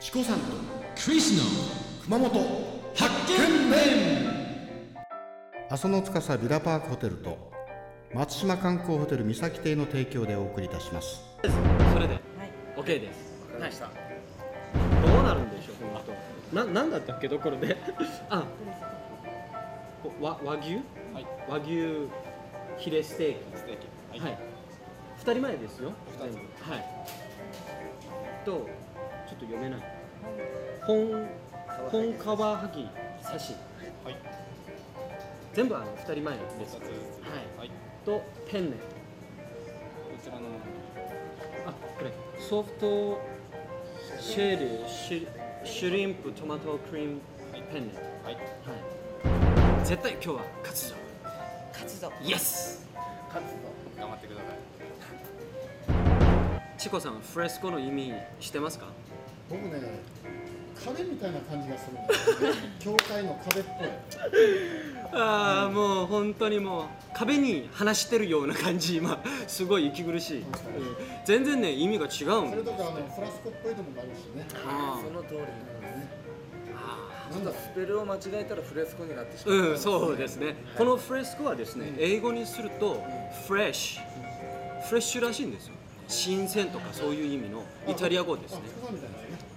チコさんとクリスの熊本発見面。阿蘇の司ビラパークホテルと松島観光ホテル三崎邸の提供でお送りいたします。 それで、OK です。 わかりました。 どうなるんでしょう、この後。なんだったっけ、どころで。あ、和牛、 はい、 和牛ヒレステーキ。 ステーキ。 はい。2人前ですよ。 二つ。 はい。と、ちょっと読めない。本カバーはぎ刺し。 はい。 全部2人前です。 二つ。 はい。 はい。 とペンネ。 こちらのあ、これソフトシェルシュリンプトマトクリームペンネ。 はい。 はい。絶対今日は勝つぞ。 勝つぞ。 イエス。 勝つぞ。頑張ってください。 チコさん、フレスコの意味知ってますか？ 僕ね、壁みたいな感じがするんですよね。教会の壁っぽい。 ああ、もう本当にもう壁に話してるような感じ。今すごい息苦しい。全然ね、意味が違うんそれとかフラスコっぽいともなるしね。 あその通り。 あなんだスペルを間違えたらフレスコになってしまう。 そうですね。このフレスコはですね、英語にするとフレッシュらしいんですよ。新鮮とかそういう意味のイタリア語ですね。 チコさんみたいですね。